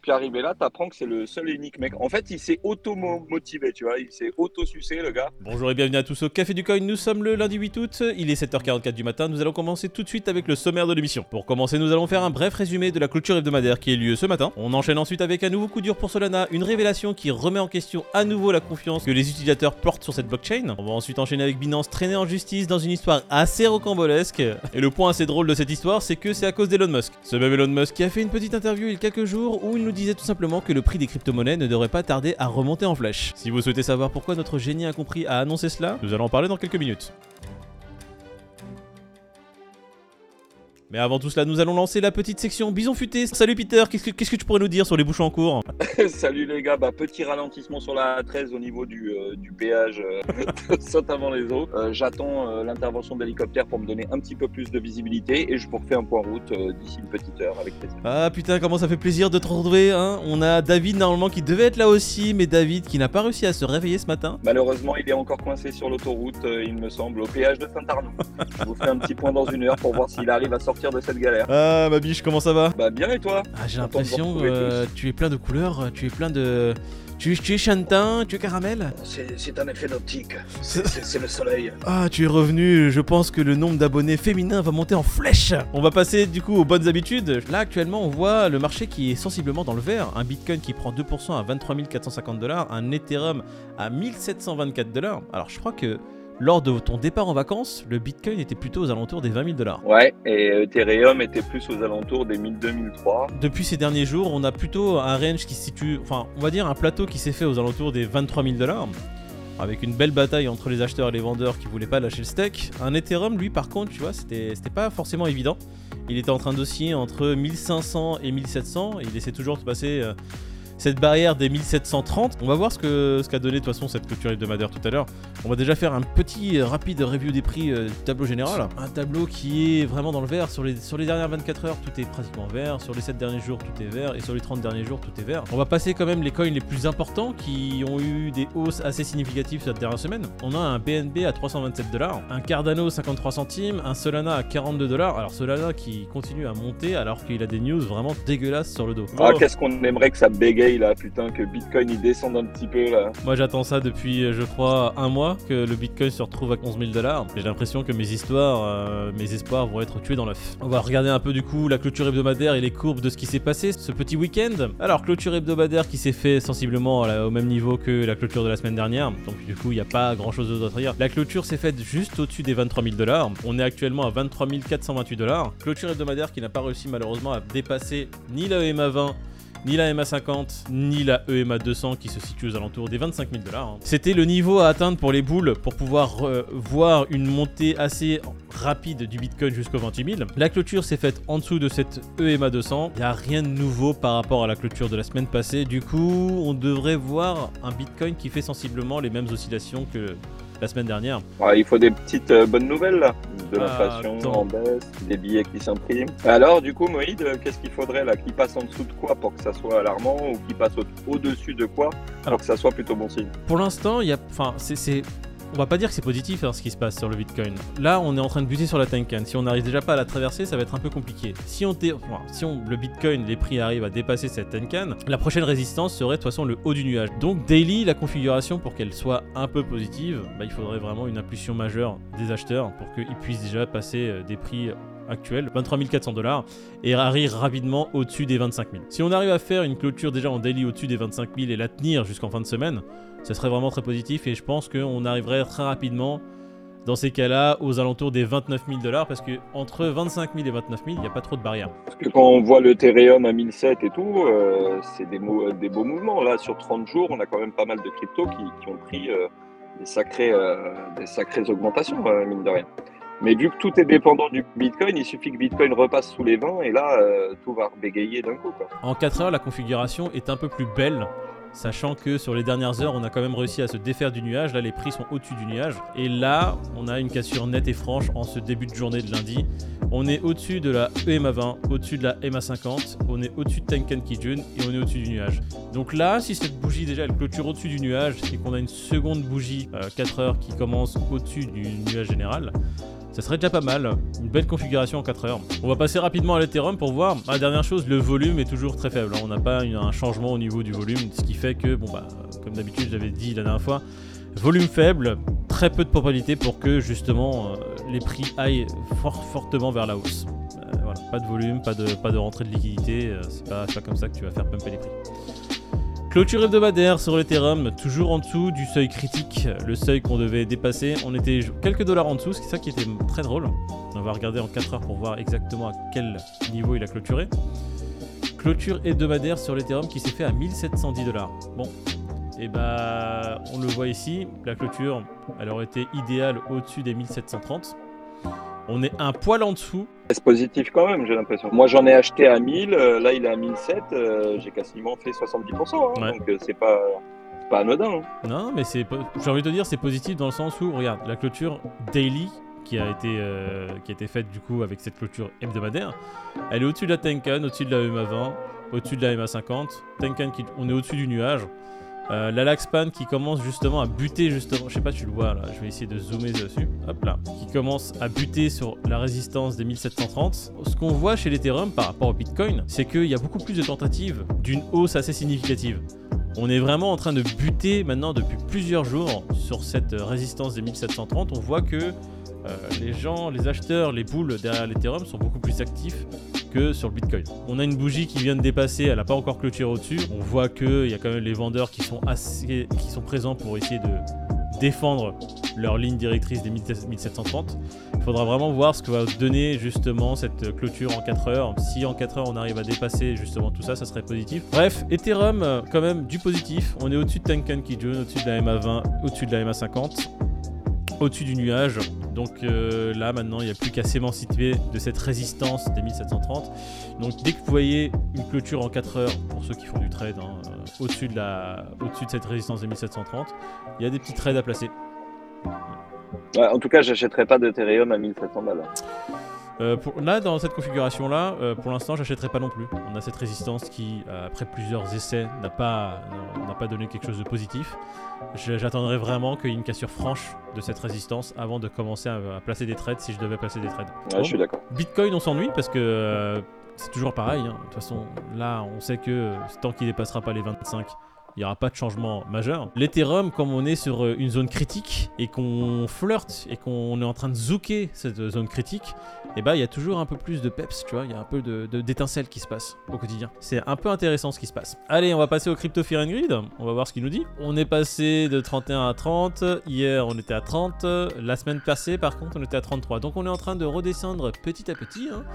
Puis arrivé là, t'apprends que c'est le seul et unique mec. En fait, il s'est auto-motivé, tu vois. Il s'est auto-sucé, le gars. Bonjour et bienvenue à tous au Café du Coin, nous sommes le lundi 8 août, il est 7h44 du matin, nous allons commencer tout de suite avec le sommaire de l'émission. Pour commencer, nous allons faire un bref résumé de la clôture hebdomadaire qui a eu lieu ce matin. On enchaîne ensuite avec un nouveau coup dur pour Solana, une révélation qui remet en question à nouveau la confiance que les utilisateurs portent sur cette blockchain. On va ensuite enchaîner avec Binance traîné en justice dans une histoire assez rocambolesque. Et le point assez drôle de cette histoire, c'est que c'est à cause d'Elon Musk. Ce même Elon Musk qui a fait une petite interview il y a quelques jours où il nous disait tout simplement que le prix des crypto-monnaies ne devrait pas tarder à remonter en flèche. Si vous souhaitez savoir pourquoi notre génie incompris a annoncé cela, nous allons en parler dans quelques minutes. Mais avant tout cela, nous allons lancer la petite section Bison Futé. Salut Peter, qu'est-ce que tu pourrais nous dire sur les bouchons en cours? Salut les gars, petit ralentissement sur la A13 au niveau du péage, saute avant les eaux. J'attends l'intervention d'hélicoptère pour me donner un petit peu plus de visibilité et je vous refais un point route d'ici une petite heure avec plaisir. Ah putain, comment ça fait plaisir de te retrouver, hein. On a David normalement qui devait être là aussi, mais David qui n'a pas réussi à se réveiller ce matin. Malheureusement, il est encore coincé sur l'autoroute, il me semble, au péage de Saint-Arnaud. Je vous fais un petit point dans une heure pour voir s'il arrive à sortir de cette galère. Ah ma biche, comment ça va? Bah bien et toi? Ah j'ai l'impression tu es plein de couleurs, tu es plein de... Tu es chantin, tu es caramel? C'est un effet d'optique, c'est le soleil. Ah, tu es revenu, je pense que le nombre d'abonnés féminins va monter en flèche. On va passer du coup aux bonnes habitudes. Là actuellement on voit le marché qui est sensiblement dans le vert. Un Bitcoin qui prend 2% à 23 450 $, un Ethereum à 1724 $. Alors je crois que lors de ton départ en vacances, le Bitcoin était plutôt aux alentours des 20 000 $. Ouais, et Ethereum était plus aux alentours des 1000-2003. Depuis ces derniers jours, on a plutôt un range qui se situe, enfin, on va dire un plateau qui s'est fait aux alentours des 23 000 $, avec une belle bataille entre les acheteurs et les vendeurs qui voulaient pas lâcher le steak. Un Ethereum, lui, par contre, tu vois, c'était pas forcément évident. Il était en train d'osciller entre 1500 et 1700, et il essaie toujours de passer cette barrière des 1730. On va voir ce qu'a donné de toute façon cette clôture hebdomadaire tout à l'heure. On va déjà faire un petit rapide review des prix du tableau général. Un tableau qui est vraiment dans le vert. Sur les dernières 24 heures, tout est pratiquement vert. Sur les 7 derniers jours, tout est vert. Et sur les 30 derniers jours, tout est vert. On va passer quand même les coins les plus importants qui ont eu des hausses assez significatives cette dernière semaine. On a un BNB à 327 $, un Cardano 53 centimes, un Solana à 42 $. Alors Solana qui continue à monter alors qu'il a des news vraiment dégueulasses sur le dos. Ah, qu'est-ce qu'on aimerait que ça bégaye là, putain, que Bitcoin il descende un petit peu là. Moi j'attends ça depuis je crois un mois que le Bitcoin se retrouve à 11 000 $. J'ai l'impression que mes espoirs vont être tués dans l'œuf. On va regarder un peu du coup la clôture hebdomadaire et les courbes de ce qui s'est passé ce petit week-end. Alors clôture hebdomadaire qui s'est fait sensiblement au même niveau que la clôture de la semaine dernière. Donc du coup il n'y a pas grand chose d'autre à dire. La clôture s'est faite juste au-dessus des 23 000 $. On est actuellement à 23 428 $. Clôture hebdomadaire qui n'a pas réussi malheureusement à dépasser ni la EMA 20, ni la MA50, ni la EMA 200 qui se situe aux alentours des 25 000 $. C'était le niveau à atteindre pour les boules pour pouvoir voir une montée assez rapide du Bitcoin jusqu'aux 28 000. La clôture s'est faite en dessous de cette EMA 200. Il n'y a rien de nouveau par rapport à la clôture de la semaine passée. Du coup, on devrait voir un Bitcoin qui fait sensiblement les mêmes oscillations que la semaine dernière. Ouais, il faut des petites bonnes nouvelles là, de l'inflation en baisse, des billets qui s'impriment. Alors du coup Moïd, qu'est-ce qu'il faudrait là, qu'il passe en dessous de quoi pour que ça soit alarmant ou qu'il passe au-dessus de quoi pour que ça soit plutôt bon signe? Pour l'instant, il y a, enfin on va pas dire que c'est positif ce qui se passe sur le Bitcoin. Là, on est en train de buter sur la Tenkan. Si on n'arrive déjà pas à la traverser, ça va être un peu compliqué. Si le Bitcoin, les prix arrivent à dépasser cette Tenkan, la prochaine résistance serait de toute façon le haut du nuage. Donc daily, la configuration pour qu'elle soit un peu positive, il faudrait vraiment une impulsion majeure des acheteurs pour qu'ils puissent déjà passer des prix actuel, 23 400 $, et arrive rapidement au-dessus des 25 000. Si on arrive à faire une clôture déjà en daily au-dessus des 25 000 et la tenir jusqu'en fin de semaine, ce serait vraiment très positif et je pense qu'on arriverait très rapidement dans ces cas-là aux alentours des 29 000 $, parce que entre 25 000 et 29 000, il n'y a pas trop de barrières. Parce que quand on voit le Ethereum à 1007 et tout, c'est des beaux mouvements. Là, sur 30 jours, on a quand même pas mal de cryptos qui ont pris des sacrées augmentations, mine de rien. Mais vu que tout est dépendant du Bitcoin, il suffit que Bitcoin repasse sous les 20 et là, tout va bégayer d'un coup, quoi. En 4 heures, la configuration est un peu plus belle, sachant que sur les dernières heures, on a quand même réussi à se défaire du nuage. Là, les prix sont au-dessus du nuage. Et là, on a une cassure nette et franche en ce début de journée de lundi. On est au-dessus de la EMA 20, au-dessus de la EMA 50, on est au-dessus de Tenkan Kijun et on est au-dessus du nuage. Donc là, si cette bougie déjà elle clôture au-dessus du nuage et qu'on a une seconde bougie 4 heures qui commence au-dessus du nuage général, Ça serait déjà pas mal, une belle configuration en 4 heures. On va passer rapidement à l'Ethereum pour voir. La dernière chose, le volume est toujours très faible. On n'a pas un changement au niveau du volume, ce qui fait que, comme d'habitude, j'avais dit la dernière fois, volume faible, très peu de probabilité pour que justement les prix aillent fortement vers la hausse. Voilà, pas de volume, pas de rentrée de liquidité, c'est pas comme ça que tu vas faire pumper les prix. Clôture hebdomadaire sur l'Ethereum, toujours en dessous du seuil critique, le seuil qu'on devait dépasser. On était quelques dollars en dessous, c'est ça qui était très drôle. On va regarder en 4 heures pour voir exactement à quel niveau il a clôturé. Clôture hebdomadaire sur l'Ethereum qui s'est fait à 1710 $. Bon, et on le voit ici, la clôture, elle aurait été idéale au-dessus des 1730. On est un poil en dessous. C'est positif quand même, j'ai l'impression. Moi, j'en ai acheté à 1000, là, il est à 1007, j'ai quasiment fait 70%, hein, Ouais. donc c'est pas anodin. Hein. Non, mais j'ai envie de te dire, c'est positif dans le sens où, regarde, la clôture daily qui a été faite du coup avec cette clôture hebdomadaire, elle est au-dessus de la Tenkan, au-dessus de la EMA20, au-dessus de la EMA50. Tenkan, on est au-dessus du nuage. La Laxpan qui commence justement à buter, je sais pas si tu le vois là, je vais essayer de zoomer dessus, hop là, qui commence à buter sur la résistance des 1730. Ce qu'on voit chez l'Ethereum par rapport au Bitcoin, c'est qu'il y a beaucoup plus de tentatives d'une hausse assez significative. On est vraiment en train de buter maintenant depuis plusieurs jours sur cette résistance des 1730. On voit que les gens, les acheteurs, les bulls derrière l'Ethereum sont beaucoup plus actifs que sur le Bitcoin. On a une bougie qui vient de dépasser, elle n'a pas encore clôturé au-dessus. On voit qu'il y a quand même les vendeurs qui sont présents pour essayer de défendre leur ligne directrice des 1730. Il faudra vraiment voir ce que va donner justement cette clôture en 4 heures. Si en 4 heures on arrive à dépasser justement tout ça, ça serait positif. Bref, Ethereum quand même du positif. On est au-dessus de Tenkan Kijun, au-dessus de la MA20, au-dessus de la MA50. Au-dessus du nuage, donc là maintenant il n'y a plus qu'à s'émanciper de cette résistance des 1730. Donc dès que vous voyez une clôture en 4 heures, pour ceux qui font du trade, au-dessus de cette résistance des 1730, il y a des petits trades à placer. Ouais, en tout cas, j'achèterai pas d'Ethereum à 1700 $. Là, dans cette configuration-là, pour l'instant, j'achèterai pas non plus. On a cette résistance qui, après plusieurs essais, n'a pas donné quelque chose de positif. J'attendrai vraiment qu'il y ait une cassure franche de cette résistance avant de commencer à placer des trades si je devais placer des trades. Ouais, je suis d'accord. Bitcoin, on s'ennuie parce que c'est toujours pareil. Hein. De toute façon, là, on sait que tant qu'il ne dépassera pas les 25, il n'y aura pas de changement majeur. L'Ethereum, comme on est sur une zone critique et qu'on flirte et qu'on est en train de zouker cette zone critique, il y a toujours un peu plus de peps, tu vois, il y a un peu d'étincelles qui se passe au quotidien. C'est un peu intéressant ce qui se passe. Allez, on va passer au Crypto Fear and Greed, on va voir ce qu'il nous dit. On est passé de 31 à 30, hier on était à 30, la semaine passée par contre on était à 33. Donc on est en train de redescendre petit à petit, hein.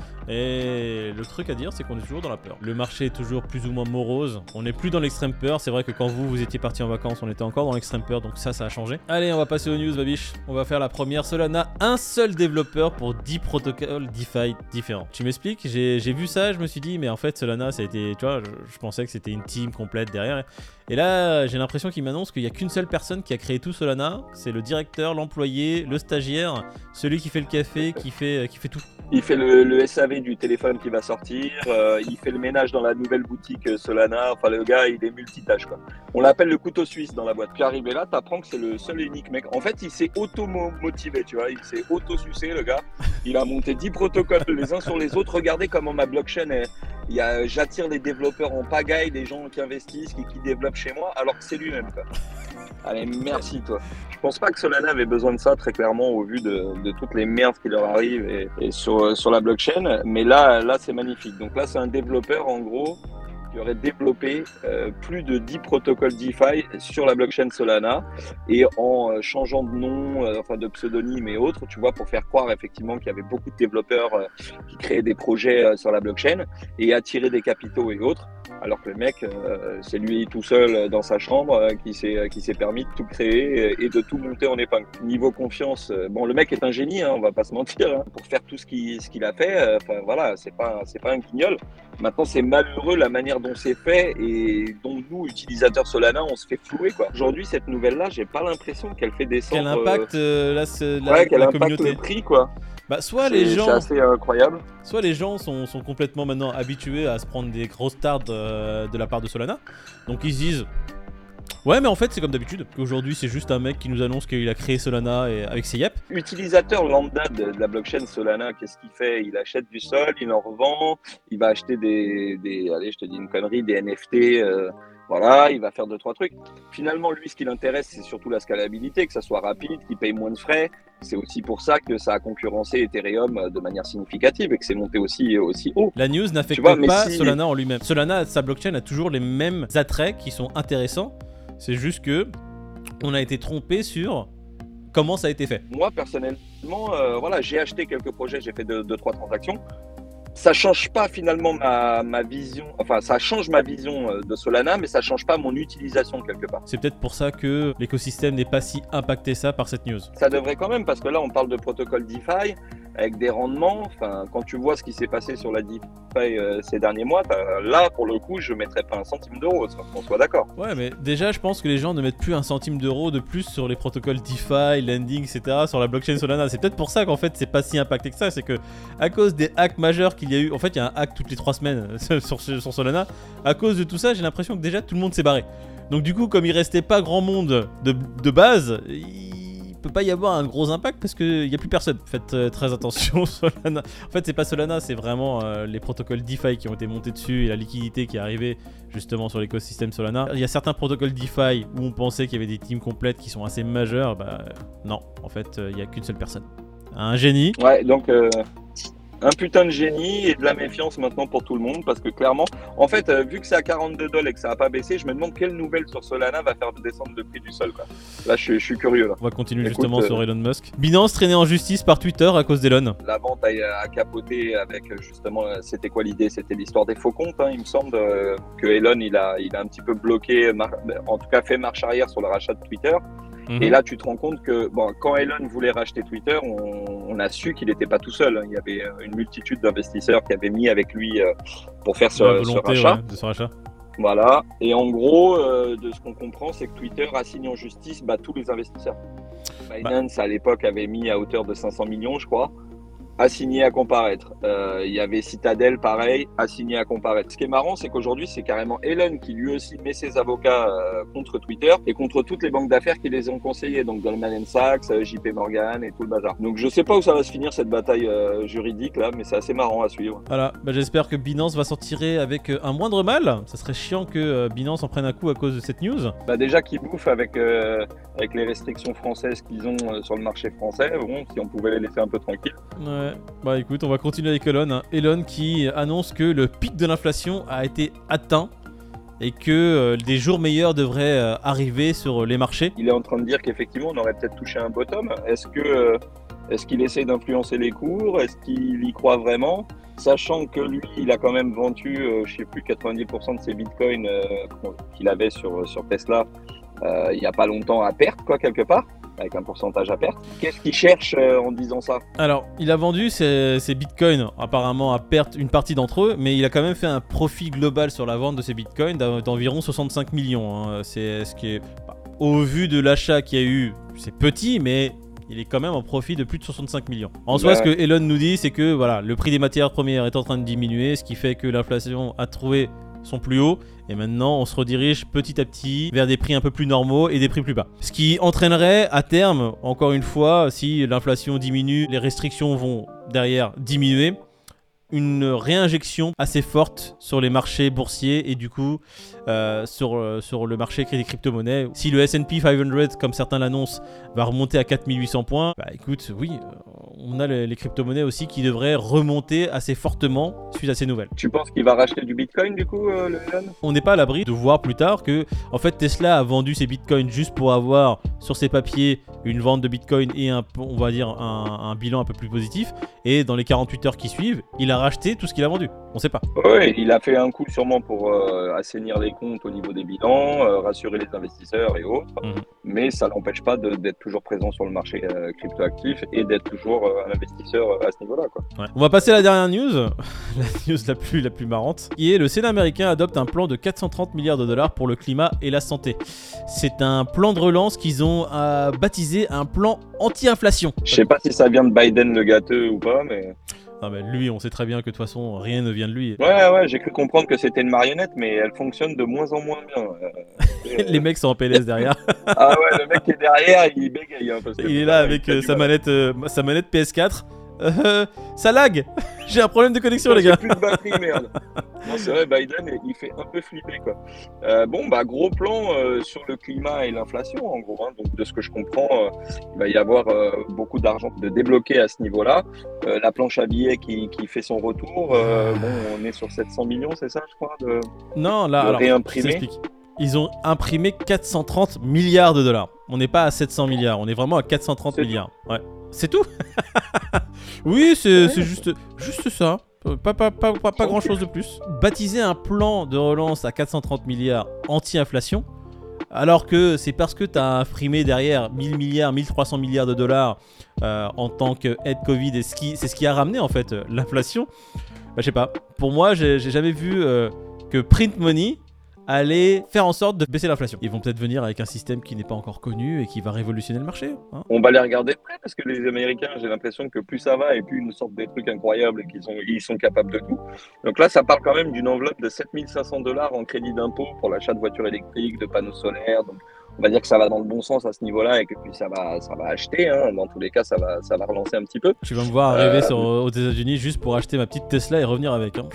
Et le truc à dire c'est qu'on est toujours dans la peur. Le marché est toujours plus ou moins morose, on n'est plus dans l'extrême peur, c'est vrai que quand vous étiez parti en vacances, on était encore dans l'extrême peur, donc ça a changé. Allez, on va passer aux news, babiche. On va faire la première. Solana, un seul développeur pour 10 protocoles DeFi différents. Tu m'expliques? J'ai vu ça, je me suis dit, mais en fait, Solana, ça a été, tu vois, je pensais que c'était une team complète derrière. Et là, j'ai l'impression qu'il m'annonce qu'il n'y a qu'une seule personne qui a créé tout Solana. C'est le directeur, l'employé, le stagiaire, celui qui fait le café, qui fait tout. Il fait le SAV du téléphone qui va sortir, il fait le ménage dans la nouvelle boutique Solana, enfin le gars il est multitâche quoi. On l'appelle le couteau suisse dans la boîte. Puis arrivé là, t'apprends que c'est le seul et unique mec. En fait il s'est auto-motivé, tu vois, il s'est auto-sucé le gars. Il a monté 10 protocoles les uns sur les autres, regardez comment ma blockchain est. J'attire les développeurs en pagaille, des gens qui investissent, qui développent chez moi, alors que c'est lui-même quoi. Allez, merci toi. Je pense pas que Solana avait besoin de ça très clairement au vu de toutes les merdes qui leur arrivent et sur la blockchain. Mais là c'est magnifique. Donc là c'est un développeur en gros qui aurait développé plus de 10 protocoles DeFi sur la blockchain Solana et en changeant de nom, enfin de pseudonyme et autres, tu vois, pour faire croire effectivement qu'il y avait beaucoup de développeurs qui créaient des projets sur la blockchain et attirer des capitaux et autres. Alors que le mec, c'est lui tout seul dans sa chambre qui s'est permis de tout créer et de tout monter en épingle. Niveau confiance, bon, le mec est un génie, hein, on va pas se mentir, hein, pour faire tout ce qu'il a fait. Enfin voilà, c'est pas un guignol. Maintenant, c'est malheureux la manière dont c'est fait et dont nous, utilisateurs Solana, on se fait flouer quoi. Aujourd'hui, cette nouvelle-là, j'ai pas l'impression qu'elle fait descendre. Quel impact quel impact communauté. Le prix quoi. Soit les gens, c'est assez incroyable. Soit les gens sont complètement maintenant habitués à se prendre des grosses tartes de la part de Solana. Donc ils se disent, Ouais, mais en fait, c'est comme d'habitude. Aujourd'hui, c'est juste un mec qui nous annonce qu'il a créé Solana avec ses yep. Utilisateur lambda de la blockchain Solana, qu'est-ce qu'il fait? Il achète du sol, il en revend, il va acheter allez, je te dis une connerie, des NFT, voilà, il va faire 2-3 trucs. Finalement, lui, ce qui l'intéresse, c'est surtout la scalabilité, que ça soit rapide, qu'il paye moins de frais. C'est aussi pour ça que ça a concurrencé Ethereum de manière significative et que c'est monté aussi haut. La news n'affecte pas Solana en lui-même. Solana, sa blockchain a toujours les mêmes attraits qui sont intéressants. C'est juste que on a été trompé sur comment ça a été fait. Moi, personnellement, voilà, j'ai acheté quelques projets, j'ai fait 2-3 transactions. Ça change pas finalement ma vision, enfin ça change ma vision de Solana, mais ça change pas mon utilisation quelque part. C'est peut-être pour ça que l'écosystème n'est pas si impacté ça par cette news. Ça devrait quand même, parce que là on parle de protocole DeFi avec des rendements. Enfin, quand tu vois ce qui s'est passé sur la DeFi ces derniers mois, là pour le coup je mettrais pas un centime d'euro, qu'on soit d'accord. Ouais, mais déjà je pense que les gens ne mettent plus un centime d'euro de plus sur les protocoles DeFi, lending, etc. sur la blockchain Solana. C'est peut-être pour ça qu'en fait c'est pas si impacté que ça. C'est que à cause des hacks majeurs qu'il y a eu, en fait il y a un hack toutes les 3 semaines sur Solana. À cause de tout ça, j'ai l'impression que déjà tout le monde s'est barré. Donc du coup, comme il restait pas grand monde de base, il peut pas y avoir un gros impact parce qu'il y a plus personne. Faites très attention. Solana. En fait, c'est pas Solana, c'est vraiment les protocoles DeFi qui ont été montés dessus et la liquidité qui est arrivée justement sur l'écosystème Solana. Il y a certains protocoles DeFi où on pensait qu'il y avait des teams complètes qui sont assez majeures. Bah non, en fait, il y a qu'une seule personne. Un génie. Ouais, donc un putain de génie et de la méfiance maintenant pour tout le monde, parce que clairement, en fait, vu que c'est à $42 et que ça n'a pas baissé, je me demande quelle nouvelle sur Solana va faire descendre le prix du sol, quoi. Là, je suis curieux. Là. On va continuer justement sur Elon Musk. Binance traîné en justice par Twitter à cause d'Elon. La vente a capoté avec justement, c'était quoi l'idée? C'était l'histoire des faux comptes, hein. Il me semble que Elon, il a un petit peu bloqué, en tout cas fait marche arrière sur le rachat de Twitter. Et là, tu te rends compte que quand Elon voulait racheter Twitter, on a su qu'il n'était pas tout seul. Il y avait une multitude d'investisseurs qui avaient mis avec lui pour faire ce rachat. Ouais, de ce rachat. Voilà. Et en gros, de ce qu'on comprend, c'est que Twitter assigne en justice tous les investisseurs. Binance, à l'époque, avait mis à hauteur de 500 millions, je crois. Assigné à comparaître. Il y avait Citadel, pareil, assigné à comparaître. Ce qui est marrant, c'est qu'aujourd'hui, c'est carrément Elon qui lui aussi met ses avocats contre Twitter et contre toutes les banques d'affaires qui les ont conseillés, donc Goldman Sachs, JP Morgan et tout le bazar. Donc je sais pas où ça va se finir cette bataille juridique là, mais c'est assez marrant à suivre. Voilà, j'espère que Binance va s'en tirer avec un moindre mal. Ça serait chiant que Binance en prenne un coup à cause de cette news. Déjà qu'ils bouffent avec les restrictions françaises qu'ils ont sur le marché français, bon, si on pouvait les laisser un peu tranquilles. Ouais, bah écoute, on va continuer avec Elon. Hein. Elon qui annonce que le pic de l'inflation a été atteint et que des jours meilleurs devraient arriver sur les marchés. Il est en train de dire qu'effectivement on aurait peut-être touché un bottom. Est-ce qu'il essaie d'influencer les cours? Est-ce qu'il y croit vraiment? Sachant que lui, il a quand même vendu, je sais plus, 90% de ses bitcoins qu'il avait sur Tesla il n'y a pas longtemps à perte, quoi, quelque part, avec un pourcentage à perte. Qu'est-ce qu'il cherche en disant ça? Alors, il a vendu ses bitcoins apparemment à perte une partie d'entre eux, mais il a quand même fait un profit global sur la vente de ses bitcoins d'environ 65 millions. Hein. C'est ce qui est, au vu de l'achat qu'il y a eu, c'est petit, mais il est quand même en profit de plus de 65 millions. En soi, ce que Elon nous dit, c'est que voilà, le prix des matières premières est en train de diminuer, ce qui fait que l'inflation a trouvé son plus haut. Et maintenant, on se redirige petit à petit vers des prix un peu plus normaux et des prix plus bas. Ce qui entraînerait à terme, encore une fois, si l'inflation diminue, les restrictions vont derrière diminuer, une réinjection assez forte sur les marchés boursiers et du coup sur le marché des crypto-monnaies. Si le S&P 500, comme certains l'annoncent, va remonter à 4800 points, bah écoute, oui, on a les crypto-monnaies aussi qui devraient remonter assez fortement suite à ces nouvelles. Tu penses qu'il va racheter du Bitcoin du coup, le Elon? On n'est pas à l'abri de voir plus tard que en fait Tesla a vendu ses Bitcoins juste pour avoir sur ses papiers une vente de Bitcoin et on va dire un bilan un peu plus positif, et dans les 48 heures qui suivent, il a racheté tout ce qu'il a vendu. On sait pas. Oui, il a fait un coup sûrement pour assainir les comptes au niveau des bilans, rassurer les investisseurs et autres, mais ça l'empêche pas d'être toujours présent sur le marché cryptoactif et d'être toujours un investisseur à ce niveau-là, quoi. Ouais. On va passer à la dernière news, la news la plus marrante, qui est le Sénat américain adopte un plan de 430 milliards de dollars pour le climat et la santé. C'est un plan de relance qu'ils ont baptisé un plan anti-inflation. Je sais pas si ça vient de Biden le gâteux ou pas, mais... Ah bah lui, on sait très bien que de toute façon, rien ne vient de lui. Ouais, j'ai cru comprendre que c'était une marionnette, mais elle fonctionne de moins en moins bien. Les mecs sont en PLS derrière. Ah ouais, le mec qui est derrière, il bégaye. Hein, parce que Il est là avec sa manette PS4. Ça lag. J'ai un problème de connexion, les gars. J'ai plus de batterie, merde. Non, c'est vrai, Biden, il fait un peu flipper, quoi. Gros plan sur le climat et l'inflation, en gros. Hein. Donc, de ce que je comprends, il va y avoir beaucoup d'argent de débloquer à ce niveau-là. La planche à billets qui fait son retour. On est sur 700 millions, c'est ça, je crois, Non, là, de alors, réimprimer. je t'explique. Ils ont imprimé 430 milliards de dollars. On n'est pas à 700 milliards, on est vraiment à 430 milliards. Ouais. C'est tout. Oui, c'est juste ça. Pas grand chose de plus. Baptiser un plan de relance à 430 milliards anti-inflation, alors que c'est parce que tu as imprimé derrière 1000 milliards, 1300 milliards de dollars en tant qu'aide Covid, et c'est ce qui a ramené en fait l'inflation. Je sais pas. Pour moi, j'ai jamais vu que print money allait faire en sorte de baisser l'inflation. Ils vont peut-être venir avec un système qui n'est pas encore connu et qui va révolutionner le marché. Hein. On va les regarder de près parce que les Américains, j'ai l'impression que plus ça va et plus ils nous sortent des trucs incroyables et qu'ils sont capables de tout. Donc là, ça parle quand même d'une enveloppe de 7500 $ en crédit d'impôt pour l'achat de voitures électriques, de panneaux solaires. Donc on va dire que ça va dans le bon sens à ce niveau-là et que puis ça va acheter. Hein. Dans tous les cas, ça va relancer un petit peu. Tu vas me voir arriver aux États-Unis juste pour acheter ma petite Tesla et revenir avec. Hein.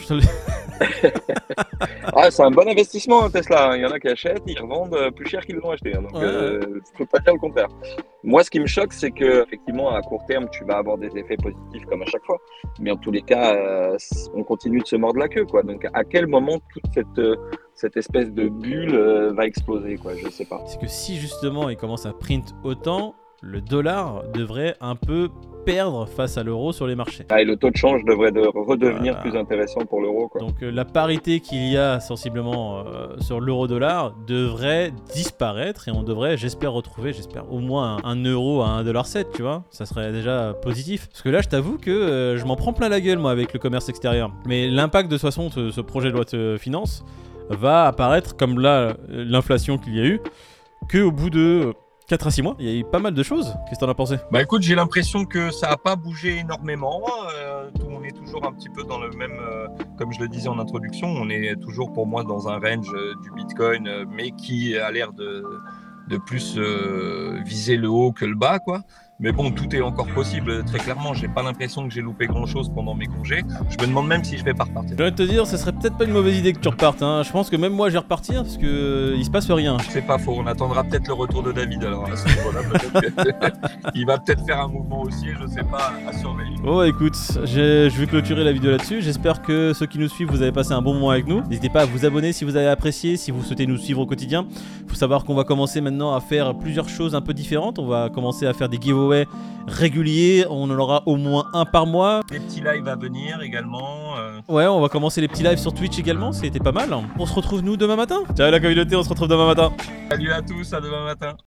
C'est un bon investissement, hein, Tesla. Il y en a qui achètent, ils revendent plus cher qu'ils l'ont acheté. Hein. Donc, faut pas dire le contraire. Moi, ce qui me choque, c'est que effectivement, à court terme, tu vas avoir des effets positifs comme à chaque fois. Mais en tous les cas, on continue de se mordre la queue, quoi. Donc, à quel moment toute cette espèce de bulle va exploser, quoi. Je sais pas. C'est que si justement il commence à print autant, le dollar devrait un peu perdre face à l'euro sur les marchés. Et le taux de change devrait redevenir plus intéressant pour l'euro, quoi. Donc la parité qu'il y a sensiblement sur l'euro-dollar devrait disparaître et on devrait, j'espère au moins un euro à 1,7$, tu vois. Ça serait déjà positif. Parce que là, je t'avoue que je m'en prends plein la gueule, moi, avec le commerce extérieur. Mais l'impact de toute façon de ce projet de loi de finances va apparaître comme là, l'inflation qu'il y a eu, qu'au bout de 4 à 6 mois, il y a eu pas mal de choses. Qu'est-ce que t'en as pensé ? Écoute, j'ai l'impression que ça n'a pas bougé énormément. On est toujours un petit peu dans le même, comme je le disais en introduction, on est toujours pour moi dans un range du Bitcoin, mais qui a l'air de plus viser le haut que le bas, quoi. Mais bon, tout est encore possible, très clairement. J'ai pas l'impression que j'ai loupé grand-chose pendant mes congés. Je me demande même si je vais pas repartir. Je vais te dire, ce serait peut-être pas une mauvaise idée que tu repartes. Hein. Je pense que même moi, je vais repartir parce que il se passe rien. C'est pas faux. On attendra peut-être le retour de David. Alors à ce moment-là, il va peut-être faire un mouvement aussi. Je sais pas, à surveiller. Oh, écoute, je vais clôturer la vidéo là-dessus. J'espère que ceux qui nous suivent, vous avez passé un bon moment avec nous. N'hésitez pas à vous abonner si vous avez apprécié, si vous souhaitez nous suivre au quotidien. Faut savoir qu'on va commencer maintenant à faire plusieurs choses un peu différentes. On va commencer à faire des giveaways réguliers, on en aura au moins un par mois. Des petits lives à venir également. Ouais, on va commencer les petits lives sur Twitch également, c'était pas mal. On se retrouve nous demain matin. Ciao la communauté, on se retrouve demain matin. Salut à tous, à demain matin.